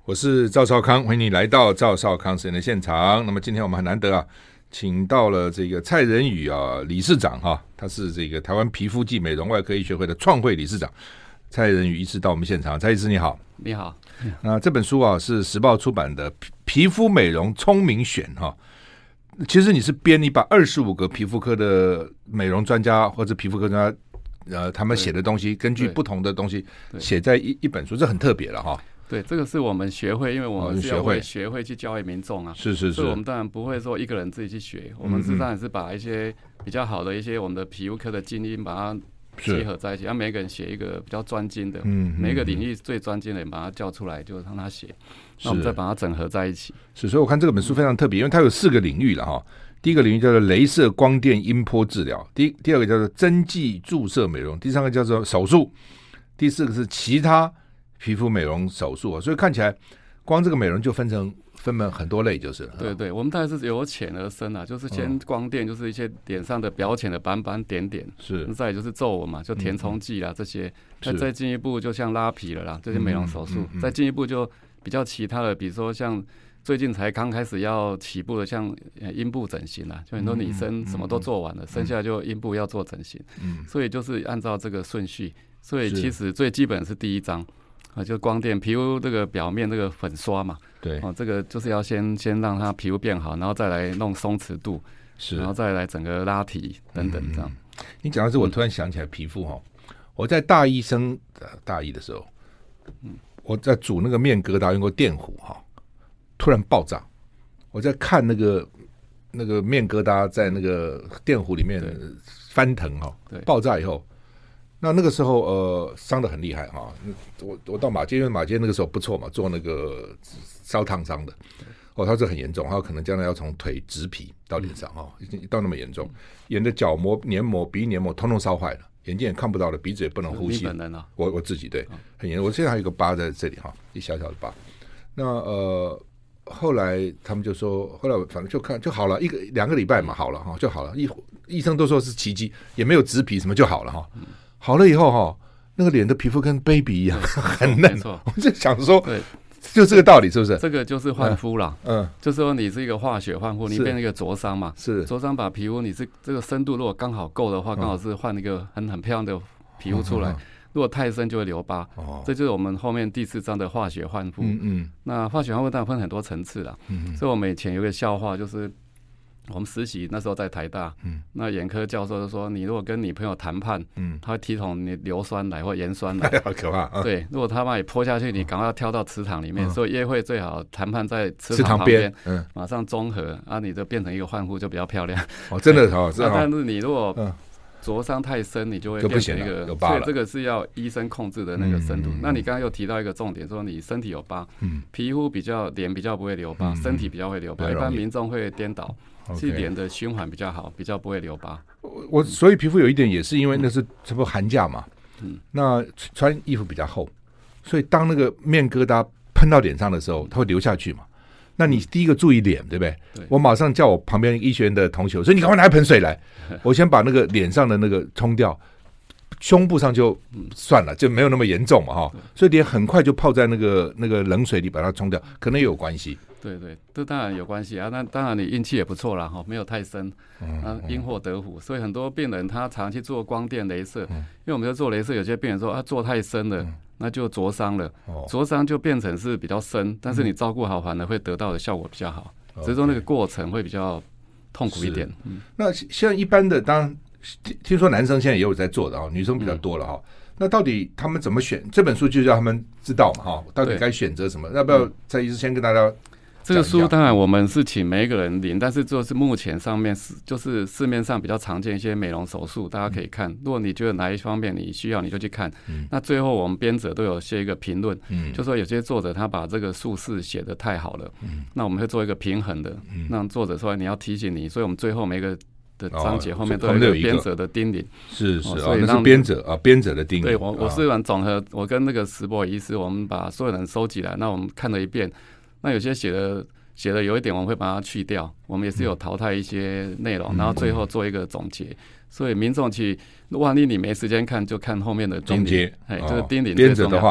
我是赵少康，欢迎你来到赵少康时间的现场。那么今天我们很难得请到了这个蔡仁宇理事长他是这个台湾皮肤暨美容外科医学会的创会理事长。蔡仁宇医师到我们现场，蔡医师你好。 你好。 那这本书是时报出版的《皮肤美容聪明选》其实你是你把25个皮肤科的美容专家或者皮肤科专家他们写的东西，根据不同的东西写在一本书，这很特别了对，这个是我们学会，因为我们是要为学会去教育民众是， 所以我们当然不会说一个人自己去学，我们当然是把一些比较好的一些我们的皮肤科的精英把它结合在一起，让每个人写一个比较专精的，每一个领域最专精的人把它叫出来，就让他写，那我们再把它整合在一起。 是，所以我看这本书非常特别，因为它有4个领域了第一个领域叫做雷射光电音波治疗，第二个叫做针剂注射美容，第3个叫做手术，第4个是其他皮肤美容手术所以看起来光这个美容就分很多类就是了。 对对，我们大概是由浅而深就是先光电，就是一些脸上的表浅的斑斑点点，是，再来就是皱纹嘛，就填充剂啦这些，再进一步就像拉皮了啦，这些美容手术，再进一步就比较其他的，比如说像最近才刚开始要起步的，像阴部整形啦，就很多女生什么都做完了，生下来就阴部要做整形，所以就是按照这个顺序，所以其实最基本是第一章就光电皮肤这个表面这个粉刷嘛，对，这个就是要先让它皮肤变好，然后再来弄松弛度，是，然后再来整个拉提等等这样。 你讲到这，我突然想起来皮肤我在大一的时候，我在煮那个面疙瘩用过电弧突然爆炸，我在看那个面疙瘩在那个电弧里面翻腾爆炸以后。那个时候伤得很厉害我到马街，因为马街那个时候不错嘛，做那个烧烫伤的它是很严重，可能将来要从腿植皮到脸上已经到那么严重，眼的角膜、黏膜、鼻黏膜通通烧坏了，眼睛也看不到了，鼻子也不能呼吸。 你本人我自己对很严重，我现在还有一个疤在这里一小小的疤。那后来他们就说，后来反正就好了2个礼拜嘛，好了就好了，医生都说是奇迹，也没有植皮什么就好了好了以后那个脸的皮肤跟 baby 一样很嫩，我就想说就这个道理是不是？ 这个就是焕肤啦，就是说你是一个化学焕肤，你变成一个灼伤嘛，是灼伤把皮肤你是这个深度如果刚好够的话，刚好是换一个很漂亮的皮肤出来，如果太深就会留疤，这就是我们后面第4章的化学焕肤。那化学焕肤当然分很多层次啦，所以我们以前有个笑话，就是我们实习那时候在台大，那眼科教授就说，你如果跟女朋友谈判，他会提桶你硫酸来或盐酸来， 好可怕对，如果他把你泼下去，你赶快要跳到池塘里面，所以约会最好谈判在池塘旁边，马上中和你就变成一个焕肤就比较漂亮。 真的但是你如果灼伤太深，你就会变成一个，所以这个是要医生控制的那个深度。那你刚刚又提到一个重点，说你身体有疤，皮肤脸比较不会留疤，身体比较会留疤，一般民众会颠倒。是脸的循环比较好，比较不会留疤。 所以皮肤有一点也是因为那是这不寒假嘛，那穿衣服比较厚，所以当那个面疙瘩喷到脸上的时候，它会流下去嘛。那你第一个注意脸，对不对？我马上叫我旁边医学院的同学，所以你赶快拿一盆水来，我先把那个脸上的那个冲掉，胸部上就算了，就没有那么严重嘛所以脸很快就泡在那个冷水里把它冲掉，可能也有关系。 对对，这当然有关系那当然你运气也不错啦没有太深因祸得福。所以很多病人他常去做光电雷射，因为我们在做雷射，有些病人说做太深了，那就灼伤了，灼伤就变成是比较深，但是你照顾好反而会得到的效果比较好，只是说那个过程会比较痛苦一点。 那像一般的，当然听说男生现在也有在做的女生比较多了那到底他们怎么选？这本书就让他们知道嘛到底该选择什么？要不要蔡医师先跟大家？ 这个书当然我们是请每一个人领，但是就是目前上面就是市面上比较常见一些美容手术，大家可以看。如果你觉得哪一方面你需要，你就去看。那最后我们编者都有写一个评论，就说有些作者他把这个术式写得太好了，那我们会做一个平衡的，让作者说你要提醒你，所以我们最后每一个的章节后面都有一个编者的叮咛。 是那是编者的叮咛。 对，我是完总和我跟那个石博医师，我们把所有人收集来，那我们看了一遍。那有些写的有一点我们会把它去掉，我们也是有淘汰一些内容，然后最后做一个总结。所以民众去万一你没时间看，就看后面的总结， 就是叮咛编者的话。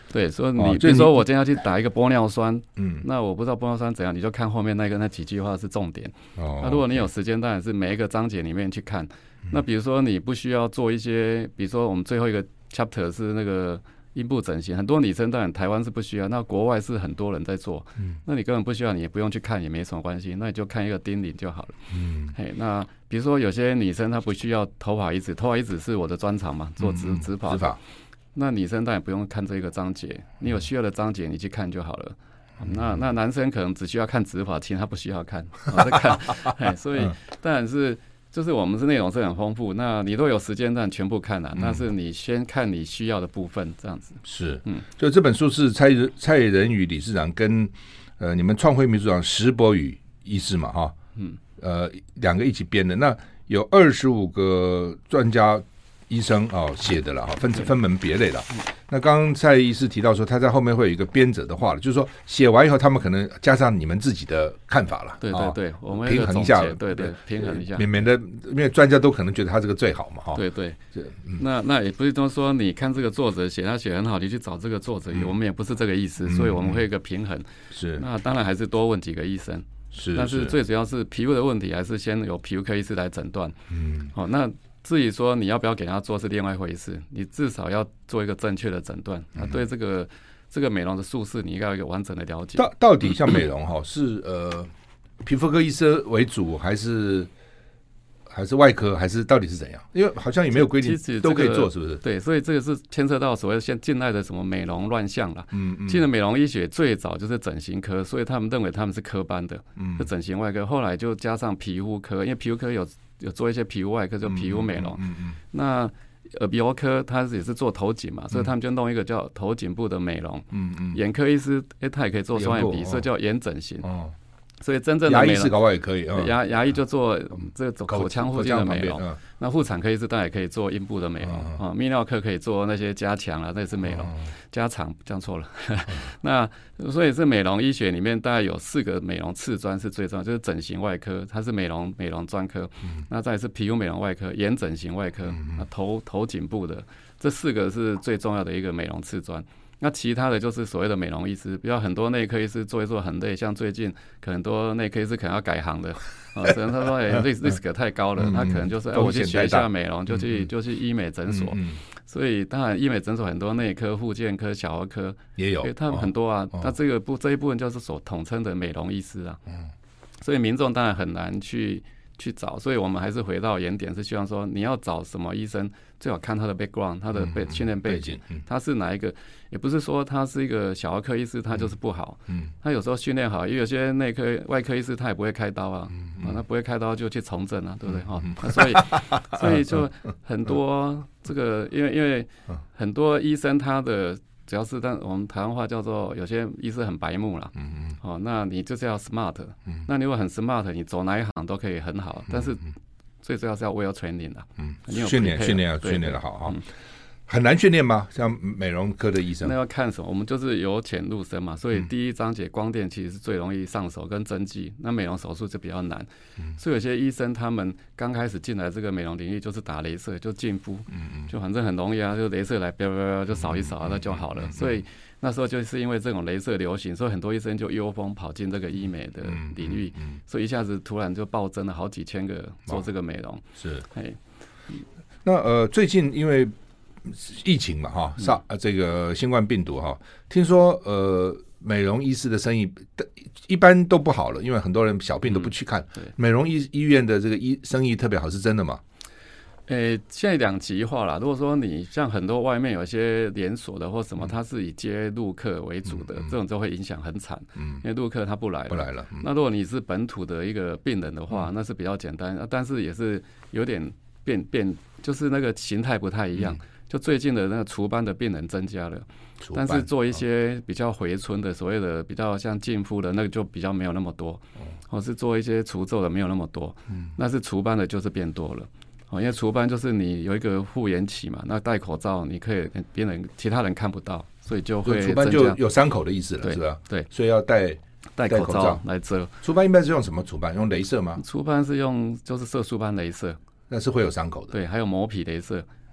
对，所以你比如说我今天要去打一个玻尿酸，那我不知道玻尿酸怎样，你就看后面那几句话是重点。那如果你有时间，当然是每一个章节里面去看。那比如说你不需要做一些，比如说我们最后一个 chapter 是那个阴部整形，很多女生当然台湾是不需要，那国外是很多人在做，那你根本不需要，你也不用去看，也没什么关系，那你就看一个丁领就好了。那比如说有些女生她不需要头发移植，头发移植是我的专长嘛，做植发。那女生当然不用看这个章节，你有需要的章节你去看就好了。那男生可能只需要看植发，其他不需要看，在看。所以当然是。就是我们是内容是很丰富，那你都有时间，但全部看了，那是你先看你需要的部分，这样子。 是，就这本书是蔡仁宇理事长跟你们创会秘书长石博宇医师嘛，哈，两个一起编的，那有25个专家医生写的了，分门别类了。那刚刚蔡医师提到说，他在后面会有一个编者的话了，就是说写完以后，他们可能加上你们自己的看法了。 对对对，我们平衡一下， 对，平衡一下， 免得因为专家都可能觉得他这个最好嘛，哈。 对对，那也不是说你看这个作者写他写很好，你去找这个作者，我们也不是这个意思，所以我们会有一个平衡。 是， 那当然还是多问几个医生。 是， 但是最主要是皮肤的问题，还是先由皮肤科医师来诊断。那至于说你要不要给他做是另外一回事，你至少要做一个正确的诊断。对这个美容的术式，你应该有一个完整的了解。 到底像美容是皮肤科医生为主，还是外科，还是到底是怎样？因为好像也没有规定都可以做，是不是？ 对，所以这个是牵涉到所谓现近代的什么美容乱象啦。现在美容医学最早就是整形科，所以他们认为他们是科班的，是整形外科。后来就加上皮肤科，因为皮肤科有做一些皮肤外科，就皮肤美容。那耳鼻喉科他也是做头颈嘛，所以他们就弄一个叫头颈部的美容。眼科医师他也可以做双眼皮，所以叫眼整形。所以真正的美容， 牙医是搞外也可以， 牙医就做这个口腔附近的美容。那妇产科医师当然也可以做阴部的美容泌尿科可以做那些加强那也是美容。加长讲错了。那所以是美容医学里面大概有4个美容次专是最重要，就是整形外科，它是美容专科。那再来是皮肤美容外科、眼整形外科、头颈部的，这4个是最重要的一个美容次专。那其他的就是所谓的美容医师，比较很多内科医师做一做很累，像最近可能很多内科医师可能要改行的，可能他说risk 太高了，他可能就是我去学一下美容，就去医美诊所。所以当然医美诊所很多内科、复健科、小儿科也有， 他们很多啊。那这一部分就是所统称的美容医师啊。所以民众当然很难去找，所以我们还是回到原点，是希望说你要找什么医生，最好看他的 background， 他的训练背景，他是哪一个，也不是说他是一个小儿科医师他就是不好，他有时候训练好，因为有些内科外科医师他也不会开刀啊，他不会开刀就去从政啊，对不对那所以就很多这个，因为很多医生他的只要是我们台湾话叫做有些医师很白目啦，那你就是要 smart，那你如果很 smart， 你走哪一行都可以很好，但是最主要是要 well training 啦， 训练的好啊。很难训练吗？像美容科的医生， 那要看什么？我们就是由浅入深嘛，所以第一章节光电其实是最容易上手跟针剂，那美容手术就比较难。所以有些医生他们刚开始进来这个美容领域就是打雷射，就净肤，就反正很容易啊，就雷射来就扫一扫那就好了。所以那时候就是因为这种雷射流行，所以很多医生就一窝蜂跑进这个医美的领域，所以一下子突然就暴增了好几千个做这个美容。 是，那最近因为疫情嘛这个新冠病毒听说美容医师的生意一般都不好了，因为很多人小病都不去看。美容医院的这个生意特别好，是真的吗？ 现在两极化啦。如果说你像很多外面有些连锁的或什么，它是以接陆客为主的，这种就会影响很惨。因为陆客他不来了。那如果你是本土的一个病人的话，那是比较简单，但是也是有点变，就是那个形态不太一样。就最近的那个除斑的病人增加了，但是做一些比较回春的所谓的比较像净肤的那个就比较没有那么多，或是做一些除皱的没有那么多，那是除斑的就是变多了。因为除斑就是你有一个复原期嘛，那戴口罩你可以其他人看不到，所以就会除斑就有伤口的意思了，是吧？ 对， 所以要戴口罩来遮。 除斑一般是用什么除斑？用雷射吗？ 除斑是用就是色素斑雷射， 那是会有伤口的。 对，还有磨皮雷射。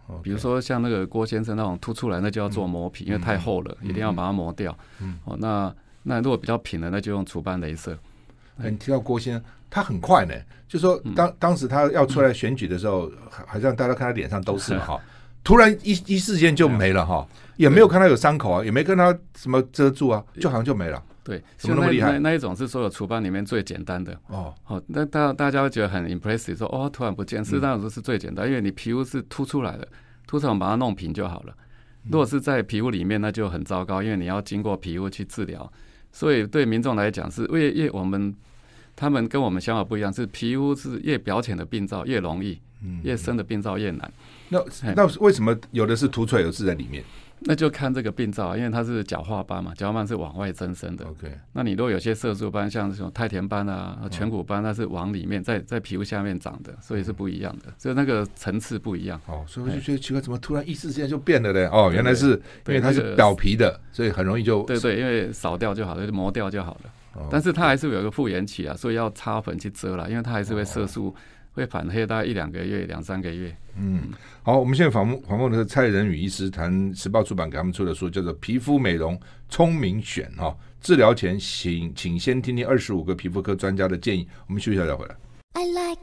比如说像那个郭先生那种凸出来，那就要做磨皮，因为太厚了，一定要把它磨掉。那如果比较平的，那就用除斑雷射。 你提到郭先生，他很快呢，就说当时他要出来选举的时候，好像大家看他脸上都是嘛哈，突然一时间就没了哈，也没有看他有伤口啊，也没跟他什么遮住啊，就好像就没了。 对， 怎么那么厉害？ 那一种是所有除斑里面最简单的那大家会觉得很 impressive， 说突然不见，事实上是最简单，因为你皮肤是凸出来的，凸出来把它弄平就好了。如果是在皮肤里面，那就很糟糕，因为你要经过皮肤去治疗，所以对民众来讲是越他们跟我们想法不一样，是皮肤是越表浅的病灶越容易，越深的病灶越难。 那为什么有的是凸出来，有的是在里面？ 那就看这个病灶，因为它是角化斑嘛，角化斑是往外增生的。 OK， 那你如果有些色素斑，像这种太田斑啊、颧骨斑，那是往里面在皮肤下面长的，所以是不一样的，所以那个层次不一样。 所以我就觉得奇怪，怎么突然一时之间就变了嘞？原来是因为它是表皮的，所以很容易就对，因为扫掉就好了，就磨掉就好了。但是它还是有一个复原期啊，所以要擦粉去遮了，因为它还是会色素。会反黑大概1-2个月、2-3个月。 好，我们现在访问的是蔡仁宇医师，谈时报出版给他们出的书，叫做《皮肤美容聪明选》治疗前请先听听25个皮肤科专家的建议。我们休息一下再回来。I like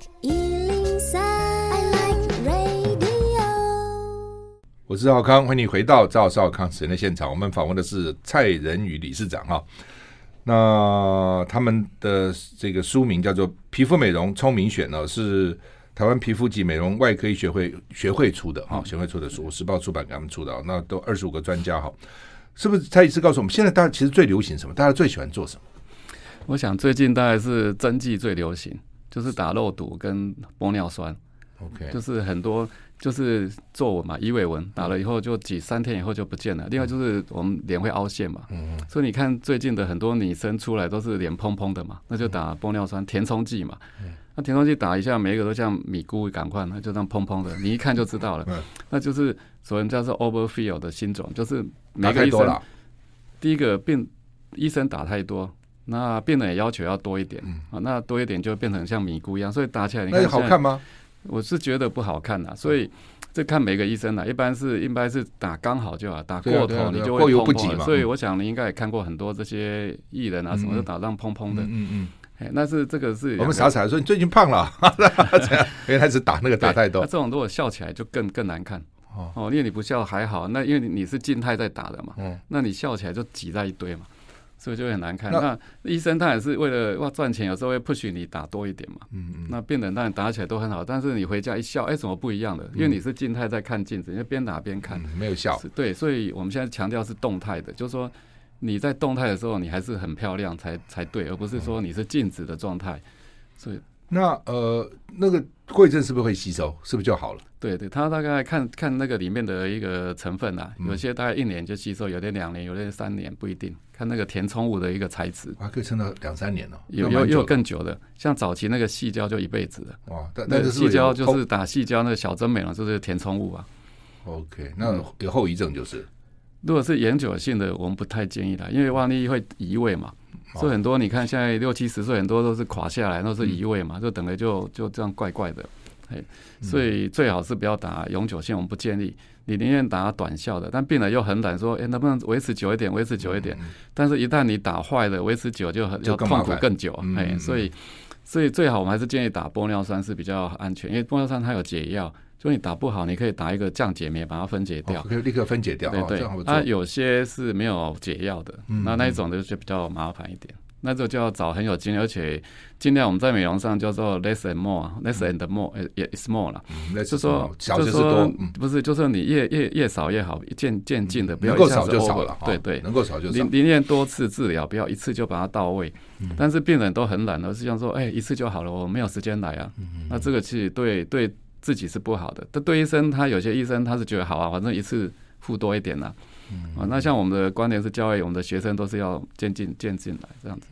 103, I like radio。我是赵少康，欢迎你回到赵少康时间的现场。我们访问的是蔡仁宇理事长那他们的这个书名叫做《皮肤美容聪明选》是台湾皮肤及美容外科医学会出的协会出的书，时报出版给他们出的那都25个专家是不是？蔡医师告诉我们，现在大家其实最流行什么？大家最喜欢做什么？ 我想最近大概是针剂最流行，就是打肉毒跟玻尿酸。 OK， 就是很多就是皱纹嘛，鱼尾纹打了以后就3天以后就不见了。另外就是我们脸会凹陷嘛，所以你看最近的很多女生出来都是脸蓬蓬的嘛，那就打玻尿酸填充剂嘛。那填充剂打一下，每一个都像米菇赶快，那就这样蓬蓬的，你一看就知道了。那就是所谓叫做 overfill 的新种，就是每个医生第一个医生打太多。那病人也要求要多一点，那多一点就变成像米菇一样，所以打起来你看那好看吗？ 我是觉得不好看啦，所以这看每个医生啦，一般是打刚好就好，打过头你就会过犹不及嘛。 所以我想你应该也看过很多这些艺人啊，什么就打上蓬蓬的，那是这个是我们傻傻说你最近胖了，因为他只打那个打太多。 那这种如果笑起来就更难看因为你不笑还好，那因为你是静态在打的嘛，那你笑起来就挤在一堆嘛。所以就会很难看。那医生他也是为了赚钱，有时候会 push 你打多一点嘛。那病人当然打起来都很好，但是你回家一笑，怎么不一样的？因为你是静态在看镜子，因为边打边看， 没有笑。 对，所以我们现在强调是动态的，就是说你在动态的时候，你还是很漂亮才对，而不是说你是静止的状态。所以那那个过一阵是不是会吸收？是不是就好了？ 对，他大概看那个里面的一个成分有些大概1年就吸收，有的2年，有的3年，不一定。看那个填充物的一个材质， 可以撑到2-3年了， 有更久的，像早期那个矽胶就一辈子了。 哇， 那个矽胶就是打矽胶，那个小针美容就是填充物啊。 OK， 那有后遗症就是， 如果是永久性的，我们不太建议啦，因为万一会移位嘛。所以很多你看现在60-70岁，很多都是垮下来，都是移位嘛，就等于就这样怪怪的。所以最好是不要打永久性，我们不建议。你宁愿打短效的，但病人又很懒，说能不能维持久一点，维持久一点。但是一旦你打坏了，维持久就痛苦更久。所以最好我们还是建议打玻尿酸是比较安全，因为玻尿酸它有解药，就你打不好，你可以打一个降解酶把它分解掉， 可以立刻分解掉。 对，它有些是没有解药的，那一种就比较麻烦一点。那就要找很有经验，而且尽量我们在美容上叫做 less and more，less and more 也 is more 啦。 就说少就是多， 不是，就是你越少越好，渐进的，不要能够少就少了。 对， 能够少就少。 宁愿多次治疗，不要一次就把它到位。但是病人都很懒，而是想说，一次就好了，我没有时间来啊。那这个其实对自己是不好的。但对医生，他有些医生他是觉得好啊，反正一次付多一点啦。那像我们的观点是教育我们的学生都是要渐进来这样子。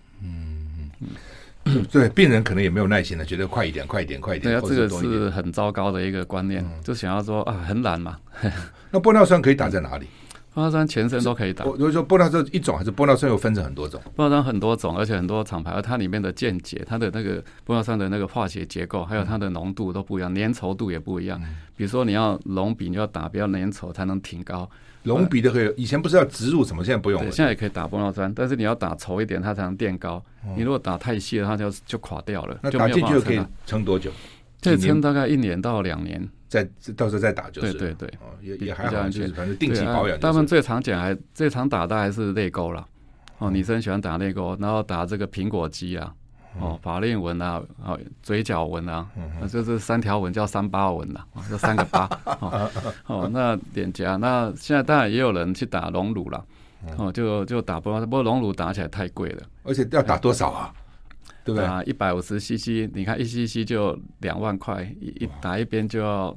对，病人可能也没有耐心了，觉得快一点。 对啊，这个是很糟糕的一个观念，就想要说很懒嘛。 那玻尿酸可以打在哪里？ 玻尿酸全身都可以打。 我就说玻尿酸一种还是玻尿酸又分成很多种？ 玻尿酸很多种，而且很多厂牌，而它里面的键结，它的那个玻尿酸的那个化学结构，还有它的浓度都不一样，粘稠度也不一样。比如说你要隆鼻，你要打比较粘稠才能挺高。 隆鼻的可以，以前不是要植入什么，现在不用了。 现在也可以打玻尿酸，但是你要打稠一点，它才能垫高。你如果打太细了，它就垮掉了。 那打进去可以撑多久？ 可以撑大概1年到2年。 到时候再打就是。 对， 也还好，就是反正定期保养。 他们最常打的还是泪沟啦。女生喜欢打泪沟，然后打这个苹果肌啊，法令纹啊，嘴角纹啊，就是3条纹叫38纹啦，就3个8。那脸颊，那现在当然也有人去打隆乳啦，就打玻尿酸，不过隆乳打起来太贵了， 而且要打多少啊？对不对 ？150cc， 你看1cc 就2万块，打一边就要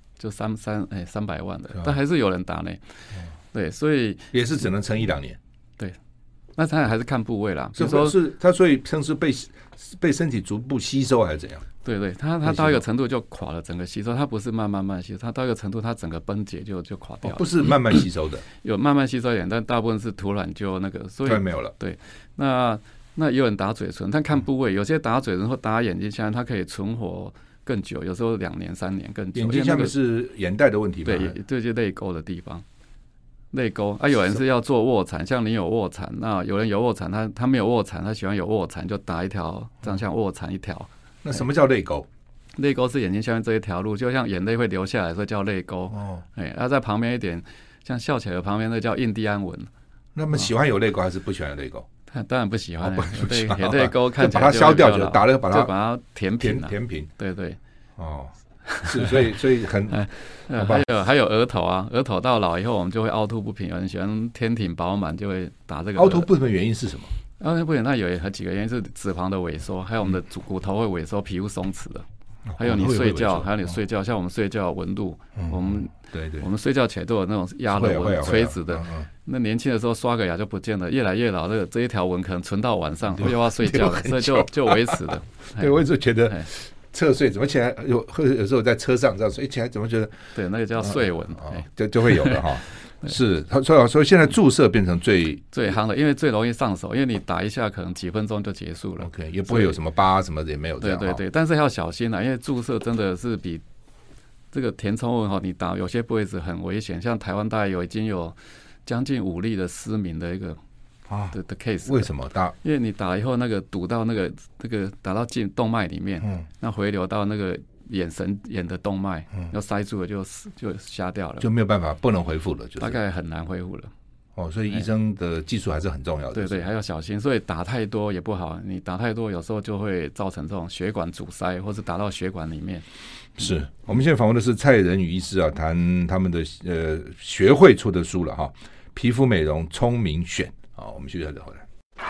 300万的，但还是有人打呢。对，所以也是只能撑1-2年。 对，那他还是看部位啦。 比如说是他，所以像是被身体逐步吸收还是怎样？ 对，他到一个程度就垮了，整个吸收，它不是慢慢吸收，它到一个程度，它整个崩解就垮掉了。 不是慢慢吸收的， 有慢慢吸收一点，但大部分是突然就那个，所以没有了。 对，那也有人打嘴唇，但看部位，有些打嘴唇或打眼睛下，它可以存活更久，有时候2年3年更久。 眼睛下面是眼袋的问题吗？ 对，这就泪沟的地方。泪沟有人是要做卧蚕，像你有卧蚕，那有人有卧蚕，他没有卧蚕，他喜欢有卧蚕，就打一条，这样像卧蚕一条。 那什么叫泪沟？ 泪沟是眼睛下面这一条路，就像眼泪会流下来，所以叫泪沟。在旁边一点，像笑起来的旁边那叫印第安纹。 那么喜欢有泪沟还是不喜欢有泪沟？ 他当然不喜欢，有泪沟看起来把它消掉就打了，把它填平。对。 是，所以很还有额头啊，额头到老以后我们就会凹凸不平，有人喜欢天挺饱满，就会打这个。 凹凸不平的原因是什么？ 凹凸不平那有几个原因，是脂肪的萎缩，还有我们的骨头会萎缩，皮肤松弛的。还有你睡觉，像我们睡觉纹路，我们睡觉起来都有那种压的纹、垂直的。那年轻的时候刷个牙就不见了，越来越老，这一条纹可能存到晚上又要睡觉了，所以就维持了。 对，我一直觉得侧睡怎么起来有时候在车上这样睡起来怎么觉得对，那个叫睡纹， 就会有了哈。是，所以现在注射变成最夯的，因为最容易上手，因为你打一下可能几分钟就结束了。 OK， 也不会有什么疤什么的，也没有这样。 对，但是要小心啦，因为注射真的是比这个填充物你打有些部位是很危险，像台湾大概已经有将近5例的失明的一个的 case。 为什么打？ 因为你打以后那个堵到那个打到进动脉里面，那回流到那个眼的动脉，要塞住了就瞎掉了， 就没有办法，不能恢复了，就是大概很难恢复了。 所以医生的技术还是很重要的。 对，还要小心，所以打太多也不好。你打太多，有时候就会造成这种血管阻塞，或是打到血管里面。 是我们现在访问的是蔡仁宇医师啊，谈他们的学会出的书了哈，皮肤美容聪明选啊，我们休息一下回来。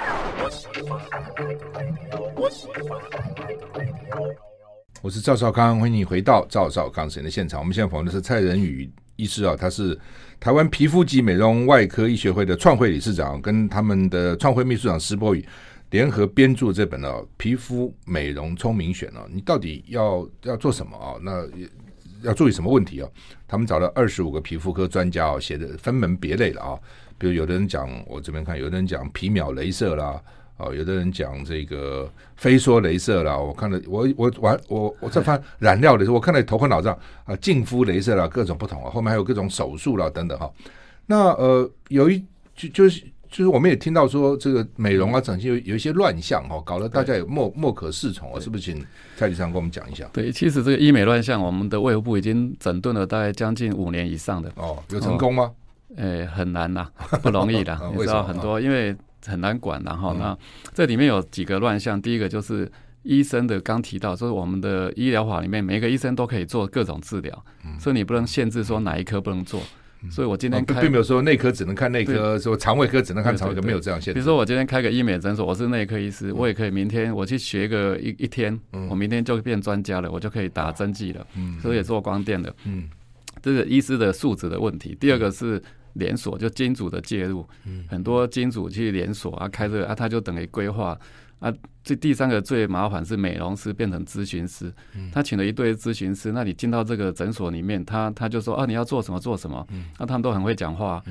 我是赵少康，欢迎你回到赵少康时间的现场。我们现在访问的是蔡仁宇医师啊，他是台湾皮肤及美容外科医学会的创会理事长，跟他们的创会秘书长施柏宇联合编著这本皮肤美容聪明选你到底要做什么那要注意什么问题他们找了25个皮肤科专家写的分门别类了比如有的人讲，我这边看，有的人讲皮秒雷射啦。有的人讲这个飞梭雷射啦，我看了，我在翻染料雷射，我看了头昏脑胀净肤雷射啦，各种不同后面还有各种手术啦等等那有就是我们也听到说这个美容整形有一些乱象搞得大家也莫可适从是不是？请蔡理事长跟我们讲一下。 对，其实这个医美乱象，我们的卫福部已经整顿了大概将近5年以上的。 有成功吗？ 很难啦，不容易啦。你知道很多因为很难管，然后那这里面有几个乱象。第一个就是医生的，刚提到说我们的医疗法里面每一个医生都可以做各种治疗，所以你不能限制说哪一科不能做。所以我今天并没有说内科只能看内科，说肠胃科只能看肠胃科，没有这样限制。 比如说我今天开个医美诊所，我是内科医师，我也可以明天我去学个一天，我明天就变专家了，我就可以打针剂了，所以也做光电的。这个医师的素质的问题。第二个是连锁，就金主的介入，很多金主去连锁开这个他就等于规划第三个最麻烦是美容师变成咨询师，他请了一堆咨询师，那你进到这个诊所里面，他就说你要做什么做什么，他们都很会讲话，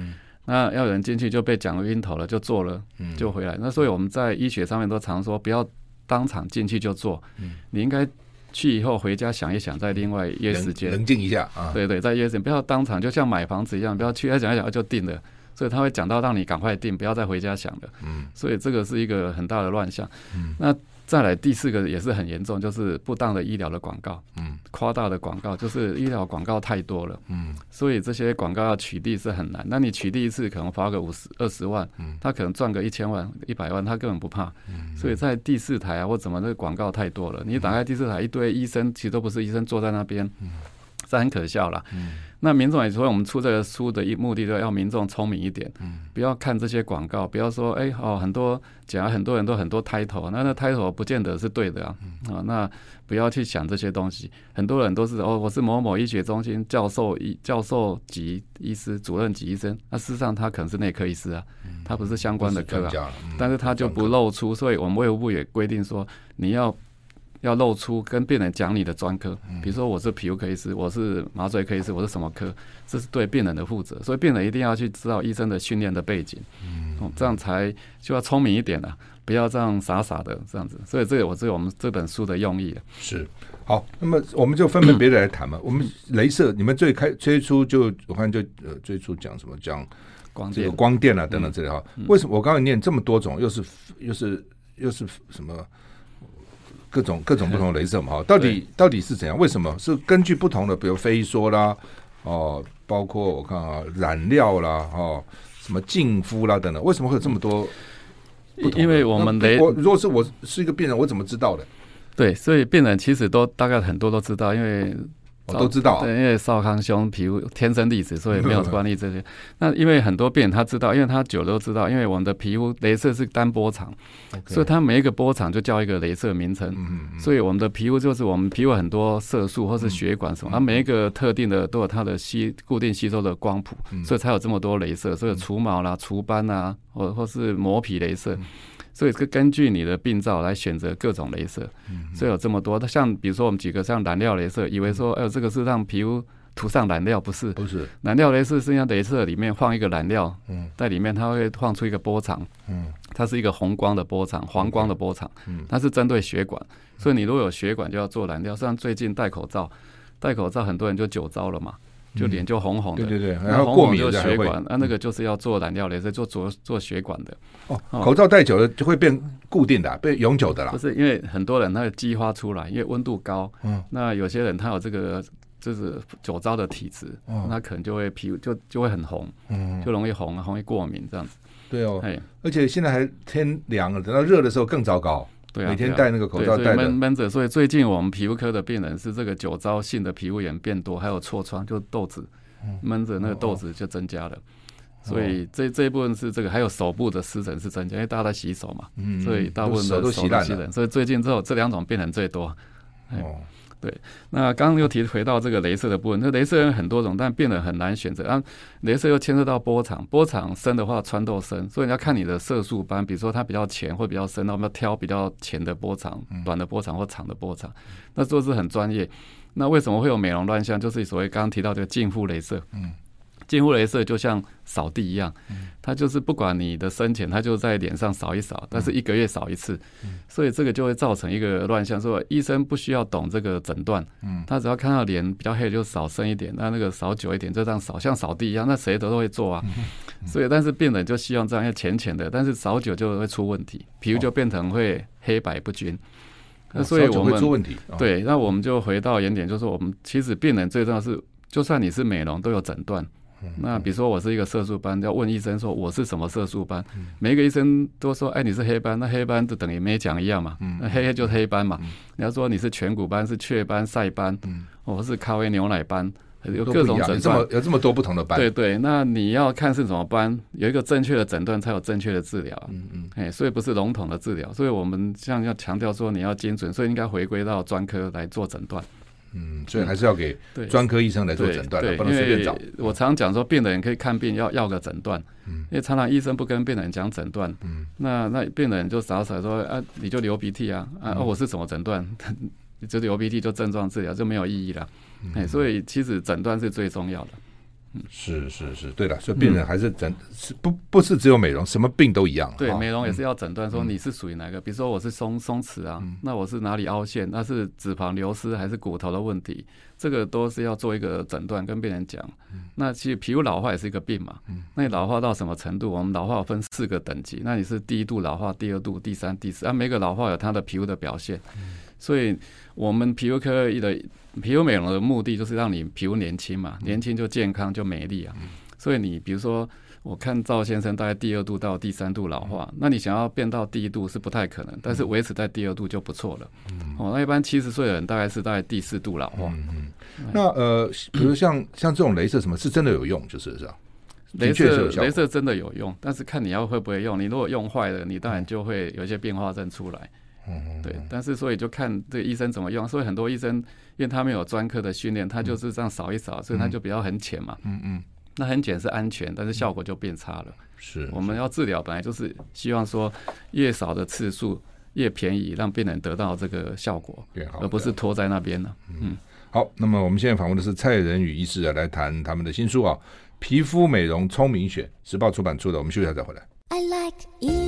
那要有人进去就被讲晕头了，就做了就回来。那所以我们在医学上面都常说，不要当场进去就做，你应该去以后回家想一想，再另外约时间， 冷静一下啊。 对，再约时间，不要当场就像买房子一样，不要去想一想就定了。所以他会讲到让你赶快定，不要再回家想了。所以这个是一个很大的乱象。那再来第4个也是很严重，就是不当的医疗的广告，夸大的广告，就是医疗广告太多了。所以这些广告要取缔是很难。那你取缔一次可能花个20万，他可能赚个1000万、100万，他根本不怕。所以在第4台或怎么那个广告太多了，你打开第4台一堆医生，其实都不是医生坐在那边。这很可笑啦。那民众也说，我们出这个书的目的就是要民众聪明一点，不要看这些广告，不要说很多讲很多人都很多 title， 那 title 不见得是对的啊。那不要去想这些东西。很多人都是我是某某医学中心教授级医师、主任级医生，那事实上他可能是内科医师啊，他不是相关的科啊，但是他就不露出，所以我们卫福部也规定说，你要露出跟病人讲你的专科，比如说我是皮肤科医师，我是麻醉科医师，我是什么科，这是对病人的负责，所以病人一定要去知道医生的训练的背景，这样才就要聪明一点啦，不要这样傻傻的这样子。所以这个我们这本书的用意了。 是好，那么我们就分门别类来谈嘛。我们雷射，你们最初就我看就最初讲什么讲这个光电啊等等之类哈。为什么我刚才念这么多种，又是什么？各种不同的雷射嘛，到底是怎样？为什么是根据不同的，比如飞梭啦，包括我看染料啦，什么净肤啦等等，为什么会有这么多不同的？ 因为我们如果是我是一个病人，我怎么知道的？ 对，所以病人其实都大概很多都知道，因为我都知道， 对，因为少康兄皮肤天生丽质，所以没有关系这些。那因为很多病人他知道，因为他久了都知道，因为我们的皮肤雷射是单波长，所以它每一个波长就叫一个雷射名称。所以我们的皮肤就是我们皮肤很多色素或是血管什么，它每一个特定的都有它的固定吸收的光谱，所以才有这么多雷射，所以除毛啦、除斑啊，或是磨皮雷射。所以是根据你的病灶来选择各种雷射，所以有这么多。像比如说我们几个像染料雷射，以为说这个是让皮肤涂上染料，不是染料雷射是让雷射里面放一个染料，在里面它会放出一个波长，它是一个红光的波长、黄光的波长，它是针对血管，所以你如果有血管就要做染料。像最近戴口罩很多人就9招了嘛。就脸就红红的， 对， 然后过敏就血管，那个就是要做染料雷射，做血管的。 口罩戴久了就会变固定的，变永久的啦。 不是，因为很多人他有激发出来，因为温度高，那有些人他有这个就是9招的体质，那可能就会皮肤就会很红，就容易红，容易过敏这样子。 对哦，而且现在还天凉了，等到热的时候更糟糕。每天戴那个口罩戴的闷着，所以最近我们皮肤科的病人是这个9招性的皮肤炎变多，还有痤疮，就痘子闷着那个痘子就增加了。所以这一部分是这个，还有手部的湿疹是增加，因为大家在洗手嘛，所以大部分的手都洗烂了， 所以最近这2种病人最多。对，那刚刚又回到这个雷射的部分，这雷射有很多种，但病人很难选择。雷射又牵涉到波长，波长深的话穿透深，所以你要看你的色素斑，比如说它比较浅或比较深，那我们要挑比较浅的波长、短的波长或长的波长，那都是很专业。那为什么会有美容乱象？就是所谓刚刚提到这个净肤雷射。净肤雷射就像扫地一样，它就是不管你的深浅，它就在脸上扫一扫，但是1个月扫一次，所以这个就会造成一个乱象。说医生不需要懂这个诊断，他只要看到脸比较黑就扫深一点，那个扫久一点就这样扫，像扫地一样，那谁都会做啊。所以但是病人就希望这样，因为浅浅的，但是扫久就会出问题，皮肤就变成会黑白不均。那所以我们会出问题。 对，那我们就回到原点，就是我们其实病人最重要是，就算你是美容都有诊断。那比如说我是一个色素斑，要问医生说我是什么色素斑，每一个医生都说你是黑斑，那黑斑就等于没讲一样嘛，那黑就是黑斑嘛。你要说你是颧骨斑、是雀斑、晒斑，或是咖啡牛奶斑，有各种诊断， 有这么多不同的斑。 对，那你要看是什么斑，有一个正确的诊断才有正确的治疗所以不是笼统的治疗，所以我们像要强调说你要精准，所以应该回归到专科来做诊断。 所以还是要给专科医生来做诊断，不能随便找。 我常讲说，病人可以看病要个诊断，因为常常医生不跟病人讲诊断，那病人就傻傻说你就流鼻涕我是什么诊断？就流鼻涕就症状治疗就没有意义了。所以其实诊断是最重要的。 是，对了，所以病人还是不是只有美容，什么病都一样。 对，美容也是要诊断说你是属于哪个，比如说我是松弛啊，那我是哪里凹陷，那是脂肪流失还是骨头的问题，这个都是要做一个诊断跟病人讲。那其实皮肤老化也是一个病嘛，那你老化到什么程度？我们老化分4个等级，那你是第1度老化、第2度、第3、第4，每个老化有它的皮肤的表现。所以我们皮肤科的皮肤美容的目的就是让你皮肤年轻嘛，年轻就健康就美丽啊。所以你比如说我看赵先生大概第2度到第3度老化，那你想要变到第1度是不太可能，但是维持在第2度就不错了。那一般70岁的人大概是在第4度老化。 那比如像这种雷射什么是真的有用，就是吧？ 雷射真的有用，但是看你会不会用。你如果用坏了，你当然就会有一些并发症出来。对，但是所以就看这个医生怎么用。所以很多医生因为他没有专科的训练，他就是这样扫一扫，所以他就比较很浅嘛。那很浅是安全，但是效果就变差了。 是， 我们要治疗本来就是希望说越少的次数越便宜，让病人得到这个效果，而不是拖在那边了。 好，那么我们现在访问的是蔡仁宇医师来谈他们的新书啊，《皮肤美容聪明选》，时报出版出的。我们休息一下再回来。I like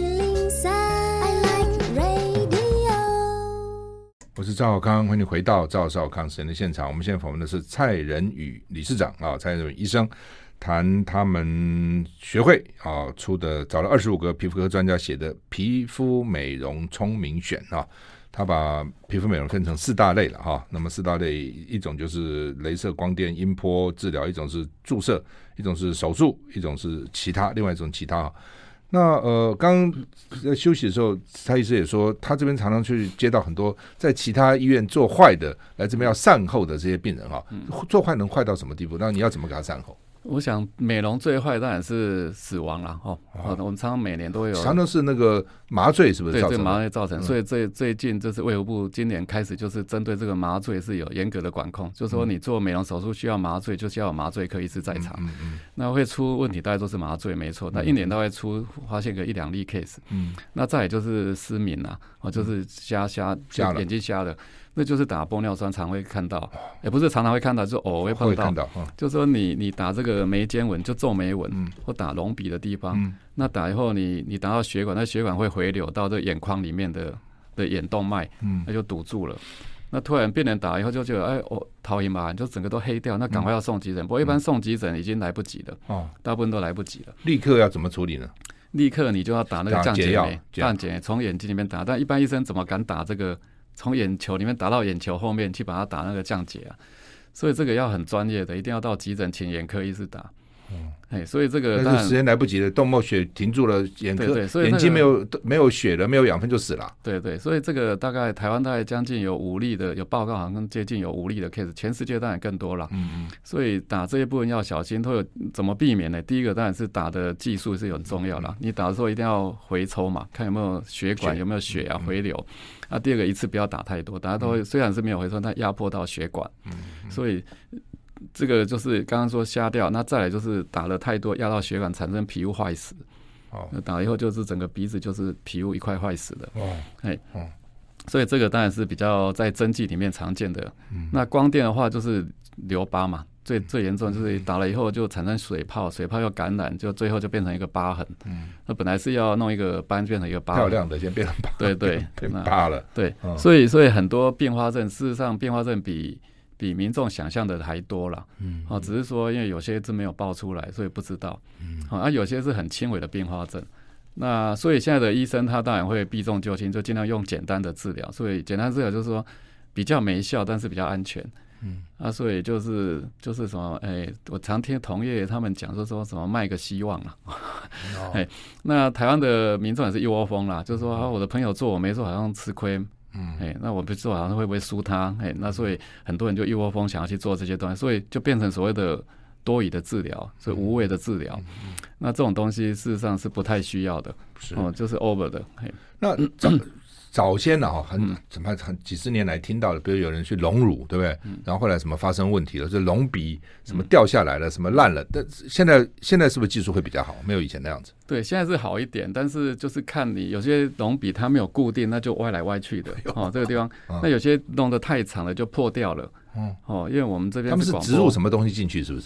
103, I like radio。 我是赵少康，欢迎回到赵少康时间的现场。我们现在访问的是蔡仁宇理事长啊，蔡仁宇医生，谈他们学会出的，找了25个皮肤科专家写的《皮肤美容聪明选》啊。他把皮肤美容分成4大类了哈，那么4大类，一种就是雷射、光电、音波治疗，一种是注射，一种是手术，一种是其他，另外一种其他。那刚在休息的时候，蔡医师也说，他这边常常去接到很多在其他医院做坏的，来这边要善后的这些病人哈，做坏能坏到什么地步？那你要怎么给他善后？ 我想美容最坏当然是死亡啦。我们常常每年都会有， 常常是那个麻醉是不是造成的？ 对，这麻醉造成。所以最近这是卫福部今年开始就是针对这个麻醉是有严格的管控，就是说你做美容手术需要麻醉，就是要有麻醉科医师在场。那会出问题大概都是麻醉没错，那1年大概发现个1-2例 case。那再也就是失明啦，就是瞎眼睛瞎的。那就是打玻尿酸常会看到，也不是常常会看到，就是偶尔会碰到。就是说你打这个眉间纹就皱眉纹，或打隆鼻的地方，那打以后你打到血管，那血管会回流到这眼眶里面的眼动脉，那就堵住了。那突然病人打以后就觉得头晕嘛，就整个都黑掉，那赶快要送急诊。不过一般送急诊已经来不及了，大部分都来不及了。 立刻要怎么处理呢？ 立刻你就要打那个降解酶，降解酶从眼睛里面打，但一般医生怎么敢打这个？从眼球里面打到眼球后面去把它打那个降解啊，所以这个要很专业的，一定要到急诊请眼科医师打。所以这个但是时间来不及了，动脉血停住了，眼睛没有血了，没有养分就死了。 对，所以这个大概台湾大概将近有5例的，有报告好像接近有5例的 case， 全世界当然更多了。所以打这一部分要小心，都有怎么避免呢？第一个当然是打的技术是很重要啦，你打的时候一定要回抽嘛，看有没有血管有没有血啊回流。第二个一次不要打太多，打都会虽然是没有回抽，但压迫到血管，所以。这个就是刚刚说瞎掉，那再来就是打了太多，压到血管产生皮肤坏死。那打了以后就是整个鼻子就是皮肤一块坏死的。所以这个当然是比较在针剂里面常见的。那光电的话就是留疤嘛，最严重就是打了以后就产生水泡，水泡又感染，就最后就变成一个疤痕。那本来是要弄一个斑变成一个疤痕， 漂亮的先变成疤， 对， 变疤了。 对，所以很多并发症，事实上并发症比民众想象的还多啦。只是说因为有些是没有爆出来，所以不知道。有些是很轻微的并发症。那所以现在的医生他当然会避重就轻，就尽量用简单的治疗。所以简单治疗就是说比较没效，但是比较安全。所以就是什么，我常听同业他们讲说什么卖个希望啦。那台湾的民众也是一窝蜂啦，就是说我的朋友做我没做好像吃亏。那我不知道好像会不会输他，那所以很多人就一窝蜂想要去做这些东西，所以就变成所谓的多余的治疗，所以无谓的治疗。那这种东西事实上是不太需要的，就是 over 的。 那早先很几十年来听到的，比如有人去隆乳，对不对？然后后来什么发生问题了，就隆鼻什么掉下来了，什么烂了。但现在是不是技术会比较好？没有以前那样子。 对，现在是好一点，但是就是看你有些隆鼻它没有固定，那就歪来歪去的。这个地方，那有些弄得太长了就破掉了。因为我们这边他们是植入什么东西进去，是不是？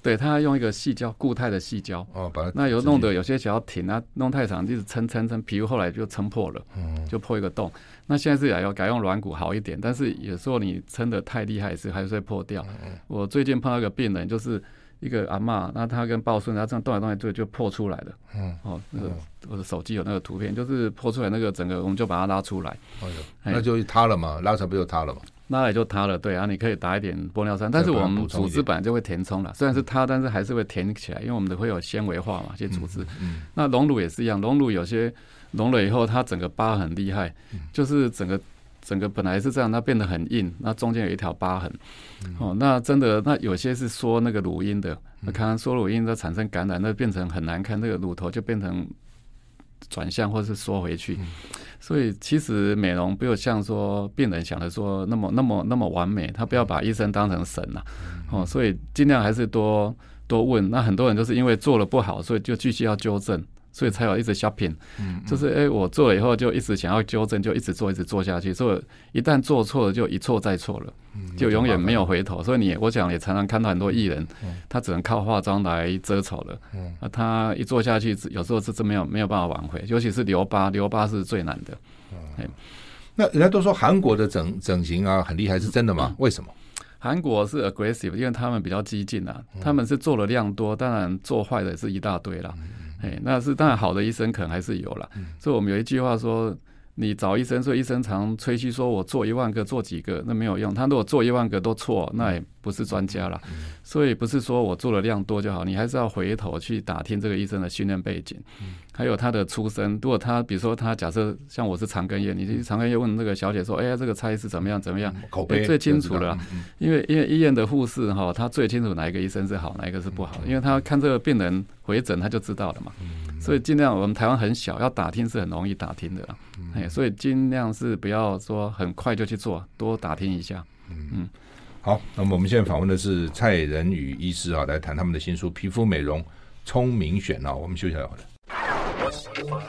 对，他用一个细胶，固态的细胶， 把它那弄得有些想要挺啊，弄太长，一直撑，皮肤后来就撑破了，就破一个洞。那现在是改用软骨好一点，但是有时候你撑得太厉害还是会破掉。我最近碰到一个病人，就是一个阿嬷，那她跟抱孙，她这样动来动去就破出来了。那个我的手机有那个图片，就是破出来那个整个，我们就把它拉出来。 那就塌了嘛，拉出来不就塌了嘛？ 拉来就塌了，对啊，你可以打一点玻尿酸，但是我们组织本来就会填充了，虽然是塌，但是还是会填起来，因为我们的会有纤维化嘛，这些组织。那隆乳也是一样，隆乳有些隆了以后，它整个疤很厉害，就是整个本来是这样，它变得很硬，那中间有一条疤痕。那真的，那有些是说那个乳晕的，看看说乳晕它产生感染，那变成很难看，那个乳头就变成转向或是缩回去。所以其实美容不有像说病人想的说那么完美，他不要把医生当成神啊。所以尽量还是多问。那很多人就是因为做了不好，所以就继续要纠正，所以才有一直 shopping。就是我做了以后就一直想要纠正，就一直做下去，所以一旦做错了就一错再错了，就永远没有回头。所以我想也常常看到很多艺人，他只能靠化妆来遮丑了。他一做下去，有时候是真没有办法挽回，尤其是留疤是最难的。 那人家都说韩国的整形啊很厉害，是真的吗？为什么？ 韩国是 aggressive， 因为他们比较激进啊，他们是做的量多，当然做坏的也是一大堆啦。那是当然好的医生可能还是有啦。所以我们有一句话说，你找医生，所以医生常吹嘘说我做10000个做几个，那没有用。他如果做10000个都错，那也不是专家啦。所以不是说我做的量多就好，你还是要回头去打听这个医生的训练背景，还有他的出身。如果他比如说他假设像我是长庚医院，你去长庚医院问那个小姐说，哎呀这个差异是怎么样， 口碑最清楚了。因为医院的护士他最清楚哪一个医生是好，哪一个是不好，因为他看这个病人回诊他就知道了嘛。所以尽量我们台湾很小，要打听是很容易打听的啦。所以尽量是不要说很快就去做，多打听一下。 好，那么我们现在访问的是蔡仁宇医师啊，来谈他们的新书《皮肤美容聪明选》啊。我们休息一下回来。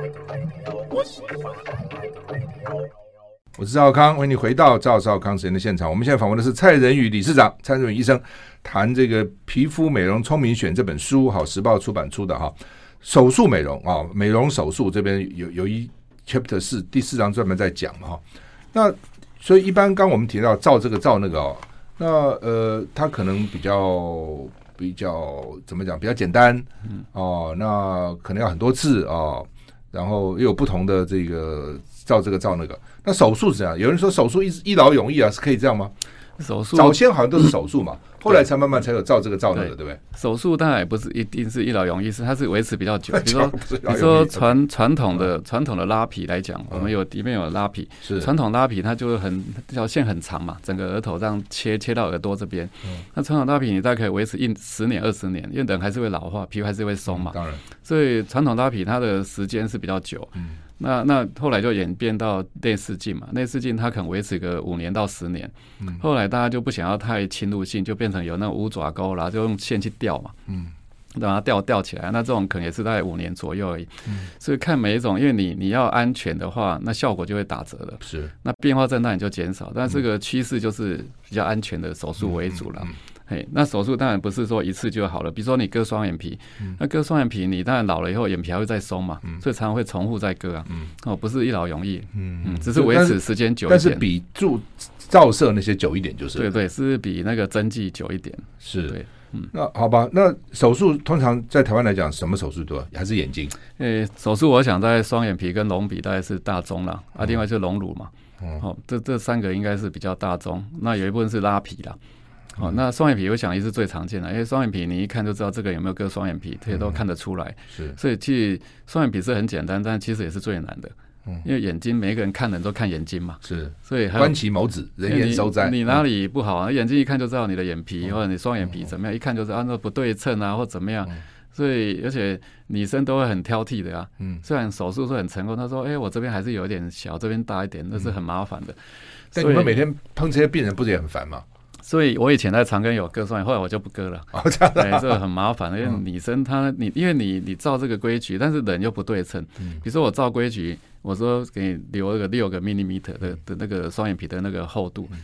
我是赵少康，欢迎你回到赵少康时间的现场。我们现在访问的是蔡仁宇理事长，蔡仁宇医生谈这个《皮肤美容聪明选》这本书，好，时报出版出的哈。手术美容啊，美容手术这边有一 chapter 4第4章专门在讲嘛哈。那所以一般刚我们提到照这个照那个那它可能比较怎么讲，比较简单那可能要很多次然后又有不同的这个照这个照那个。那手术是这样，有人说手术一劳永逸啊，是可以这样吗？ 手术早先好像都是手术嘛，后来才慢慢才有照这个照那个，对不对？ 手术当然也不是一定是一劳永逸，它是维持比较久。比如说传统的拉皮来讲，我们里面有拉皮，传统拉皮它就这条线很长嘛，整个额头这样切到耳朵这边。那传统拉皮你大概可以维持10年20年，因为人还是会老化，皮肤还是会松嘛。 当然， 所以传统拉皮它的时间是比较久。那后来就演变到内视镜嘛，内视镜它可能维持个5年到10年。后来大家就不想要太侵入性，就变成有那种五爪钩啦，就用线去吊嘛。让它吊起来，那这种可能也是大概5年左右而已。所以看每一种，因为你要安全的话，那效果就会打折了。 是， 那变化症当然就减少，但这个趋势就是比较安全的手术为主了。那手术当然不是说一次就好了，比如说你割双眼皮，那割双眼皮你当然老了以后眼皮还会再松嘛，所以常常会重复再割啊。不是一劳永逸，只是维持时间久一点， 但是比照射那些久一点就是。 对，是比那个针剂久一点。 是， 对。 那好吧，那手术通常在台湾来讲，什么手术多？还是眼睛？ 手术我想在双眼皮跟隆鼻大概是大宗啦，另外就是隆乳嘛。这3个应该是比较大宗，那有一部分是拉皮啦。那双眼皮我想也是最常见的，因为双眼皮你一看就知道这个有没有割双眼皮，这些都看得出来。 是， 所以其实双眼皮是很简单，但其实也是最难的。因为眼睛每一个人看人都看眼睛嘛， 是， 所以观其眸子，人言收哉。 你哪里不好啊？眼睛一看就知道你的眼皮或者你双眼皮怎么样，一看就知道那不对称啊或怎么样。所以而且女生都会很挑剔的啊。虽然手术是很成功，她说我这边还是有点小，这边大一点，那是很麻烦的。 但你们每天碰这些病人不是也很烦吗？ 所以我以前在长庚有割双眼，后来我就不割了。这个很麻烦，因为女生因为你照这个规矩，但是人又不对称。比如说我照规矩，我说给你留个6个 mm 的那个双眼皮的那个厚度，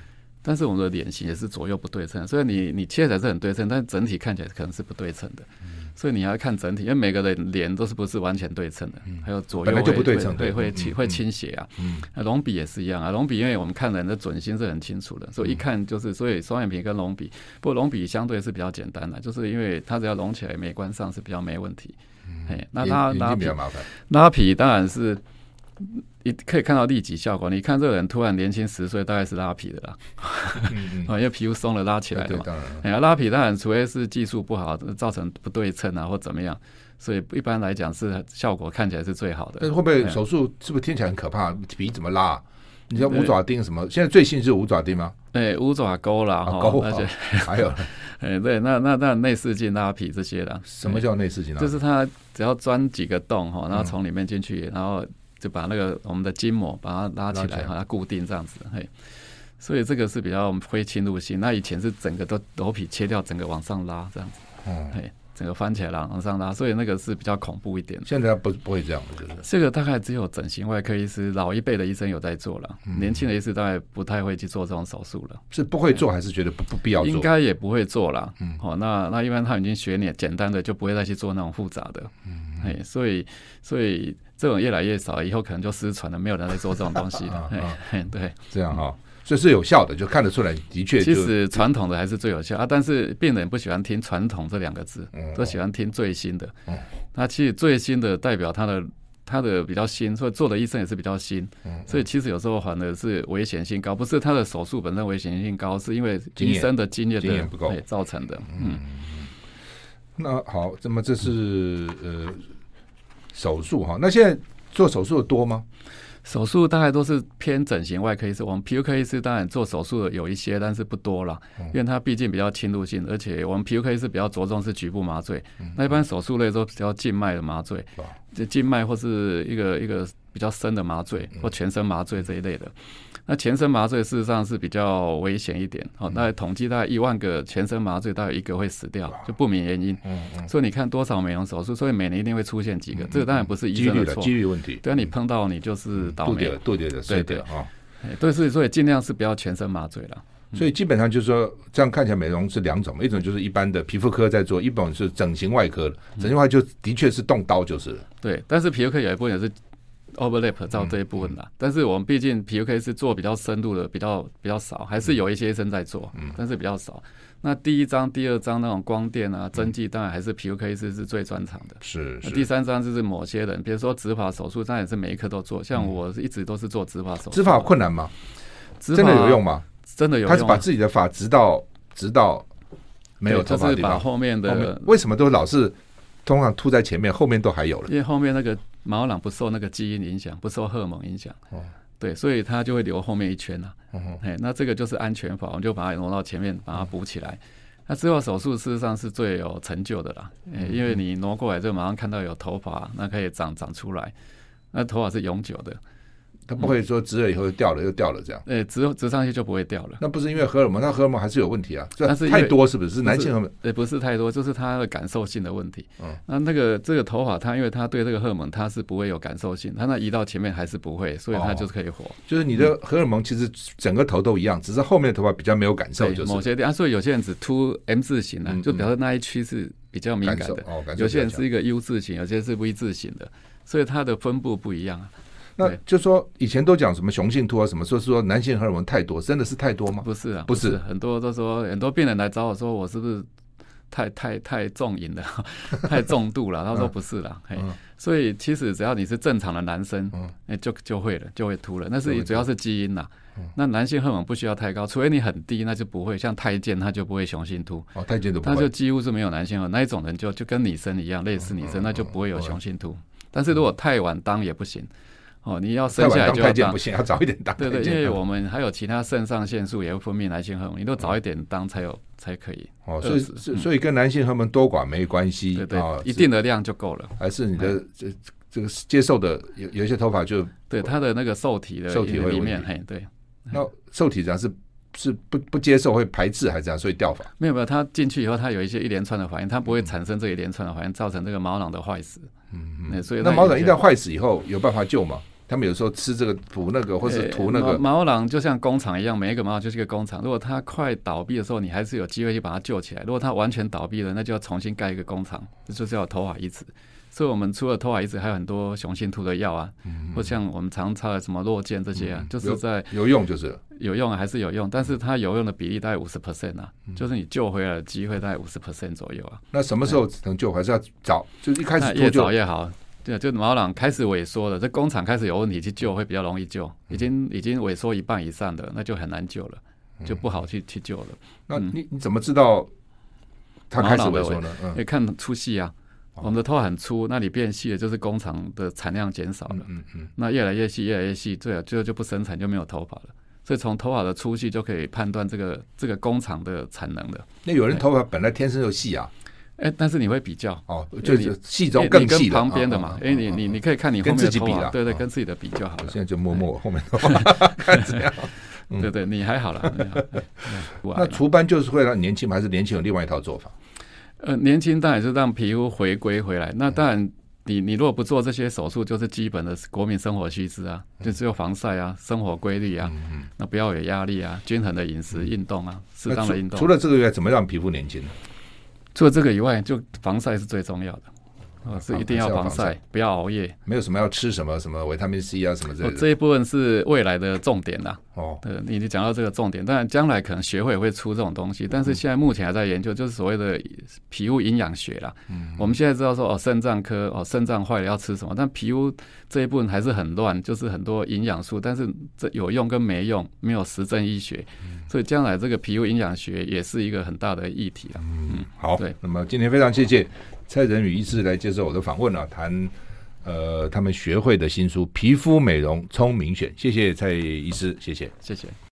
但是我们的脸型也是左右不对称，所以你切起来是很对称，但是整体看起来可能是不对称的。所以你要看整体，因为每个人脸都是不是完全对称的，还有左右本来就不对称， 会倾斜啊。隆鼻也是一样啊，隆鼻因为我们看人的准心是很清楚的，所以一看就是，所以双眼皮跟隆鼻，不过隆鼻相对是比较简单的，就是因为它只要隆起来，美观上是比较没问题。那它拉皮当然是。可以看到立即效果。你看这个人突然年轻10岁，大概是拉皮的啦，因为皮肤松了拉起来了嘛。拉皮当然除非是技术不好，造成不对称啊或怎么样，所以一般来讲是效果看起来是最好的。 但是会不会手术是不是听起来很可怕？皮怎么拉？你像五爪钉什么？现在最新是五爪钉吗？ 五爪钩啦， 钩还有对，那内视镜拉皮这些啦。 什么叫内视镜拉皮？ 就是它只要钻几个洞然后从里面进去，然后就把那个我们的筋膜把它拉起来，把它固定这样子。所以这个是比较非侵入性。那以前是整个都头皮切掉，整个往上拉这样子。整个翻起来往上拉，所以那个是比较恐怖一点。 现在不会这样的，就是这个大概只有整形外科医师老一辈的医生有在做了，年轻的医师大概不太会去做这种手术了。 是不会做还是觉得不必要做？ 应该也不会做啦。那一般他已经学你简单的，就不会再去做那种复杂的。所以这种越来越少，以后可能就失传了，没有人在做这种东西了。对， 这样哈。所以是有效的，就看得出来，的确。 其实传统的还是最有效但是病人不喜欢听传统这2个字，都喜欢听最新的。那其实最新的代表他的比较新，所以做的医生也是比较新。所以其实有时候反而是危险性高，不是他的手术本身危险性高，是因为医生的经验不够造成的。 那好，那么这是手术哈。那现在做手术的多吗？ 手术大概都是偏整形外科医师，我们皮肤科医师当然做手术的有一些，但是不多啦，因为它毕竟比较侵入性，而且我们皮肤科医师比较着重是局部麻醉，那一般手术类都比较静脉的麻醉，静脉或是一个比较深的麻醉或全身麻醉这一类的。那全身麻醉事实上是比较危险一点，大概统计大概1万个全身麻醉，大概1个会死掉，就不明原因。所以你看多少美容手术，所以每年一定会出现几个，这个当然不是医生的错， 几率问题。 对啊，你碰到你就是倒霉， 度跌的碎掉对，所以尽量是不要全身麻醉了。 所以基本上就是说，这样看起来美容是2种，一种就是一般的皮肤科在做，一种是整形外科的。整形外科就的确是动刀就是了。 对，但是皮肤科有一部分也是overlap 到这一部分啦，但是我们毕竟皮肤科是做比较深度的，比较少，还是有一些医生在做，但是比较少。那第1章、第2章那种光电啊、针剂，当然还是皮肤科医师是最专长的。 是。 第3章就是某些人，比如说植发手术，当然也是每一科都做。像我一直都是做植发手术。 植发困难吗？真的有用吗？ 真的有用。 他是把自己的发直到没有头发的地方， 就是把后面的为什么都老是通常凸在前面，后面都还有了？ 因为后面那个毛囊不受那个基因影响，不受荷尔蒙影响。对，所以它就会留后面一圈啊。那这个就是安全法，我们就把它挪到前面，把它补起来。那植发手术事实上是最有成就的啦，因为你挪过来就马上看到有头发，那可以长出来，那头发是永久的。 它不会说植了以后又掉了这样。 植上去就不会掉了。 那不是因为荷尔蒙，那荷尔蒙还是有问题啊。但是太多是不是？是男性荷尔蒙？ 不是太多，就是它的感受性的问题。这个头发，它因为它对这个荷尔蒙它是不会有感受性，它那移到前面还是不会，所以它就是可以活。 就是你的荷尔蒙其实整个头都一样，只是后面的头发比较没有感受，就是某些地方。所以有些人只凸 M 字形啊，就表示那一区是比较敏感的。有些人是一个 U 字形，有些是 V 字形的，所以它的分布不一样啊。 那就说以前都讲什么雄性秃啊，什么说男性荷尔蒙太多，真的是太多吗？ 不是啊， 不是， 很多都说，很多病人来找我说，我是不是太重瘾了，太重度了？他说不是啦，所以其实只要你是正常的男生，就会了，就会秃了。那是主要是基因啦。那男性荷尔蒙不需要太高，除非你很低，那就不会。像太监他就不会雄性秃， 太监都不会， 他就几乎是没有男性荷尔蒙。那一种人就跟女生一样，类似女生，那就不会有雄性秃。但是如果太晚当也不行。你要生下来就要当不行，要早一点当。 对，因为我们还有其他肾上腺素也会分泌男性荷尔蒙，你都早一点当才可以。 所以跟男性荷尔蒙多寡没关系。 对，一定的量就够了。 还是你的这个接受的有一些头发就对它的那个受体的里面，对。 那受体这样是不接受会排斥还是这样，所以掉发？ 没有，它进去以后它有一些一连串的反应，它不会产生这一连串的反应，造成这个毛囊的坏死。所以那毛囊一旦坏死以后有办法救吗？ 他们有时候吃这个补那个，或是涂那个。 毛囊就像工厂一样，每一个毛囊就是一个工厂。如果它快倒闭的时候，你还是有机会去把它救起来；如果它完全倒闭了，那就要重新盖一个工厂，这就是要头发移植。所以我们除了头发移植，还有很多雄性秃的药啊，或像我们常擦的什么落健这些啊，就是在有用，就是有用还是有用，但是它有用的比例大概50% 啊，就是你救回来的机会大概50% 左右啊。 那什么时候能救回来？是要早，就是一开始越早越好。对，就毛囊开始萎缩了，这工厂开始有问题去救会比较容易救，已经萎缩一半以上的那就很难救了，就不好去救了。 那你怎么知道它开始萎缩呢？ 也看粗细啊。我们的头发很粗，那你变细了，就是工厂的产量减少了。那越来越细，越来越细，最后就不生产，就没有头发了。所以从头发的粗细就可以判断这个工厂的产能了。 那有人头发本来天生就细啊。 但是你会比较就是细中更细的，跟旁边的嘛，你可以看你后面的头发，跟自己比啦，对，跟自己的比就好了。 现在就摸我后面头发，看这样， 对，你还好了。 那除斑就是会让年轻，还是年轻有另外一套做法？ 年轻当然是让皮肤回归回来。那当然，你如果不做这些手术，就是基本的国民生活须知啊，就只有防晒啊，生活规律啊，那不要有压力啊，均衡的饮食、运动啊，适当的运动。 除了这个以外，怎么让皮肤年轻呢？ 除了这个以外，就防晒是最重要的。是一定要防晒，不要熬夜。 没有什么要吃什么维他命 C 啊什么之类的。 这一部分是未来的重点啦。你讲到这个重点，当然将来可能学会会出这种东西，但是现在目前还在研究，就是所谓的皮肤营养学啦。我们现在知道说肾脏科肾脏坏了要吃什么，但皮肤这一部分还是很乱，就是很多营养素，但是这有用跟没用，没有实证医学，所以将来这个皮肤营养学也是一个很大的议题啦。 好，对，那么今天非常谢谢蔡仁宇医师来接受我的访问啊，谈他们学会的新书《皮肤美容聪明选》，谢谢蔡医师，谢谢。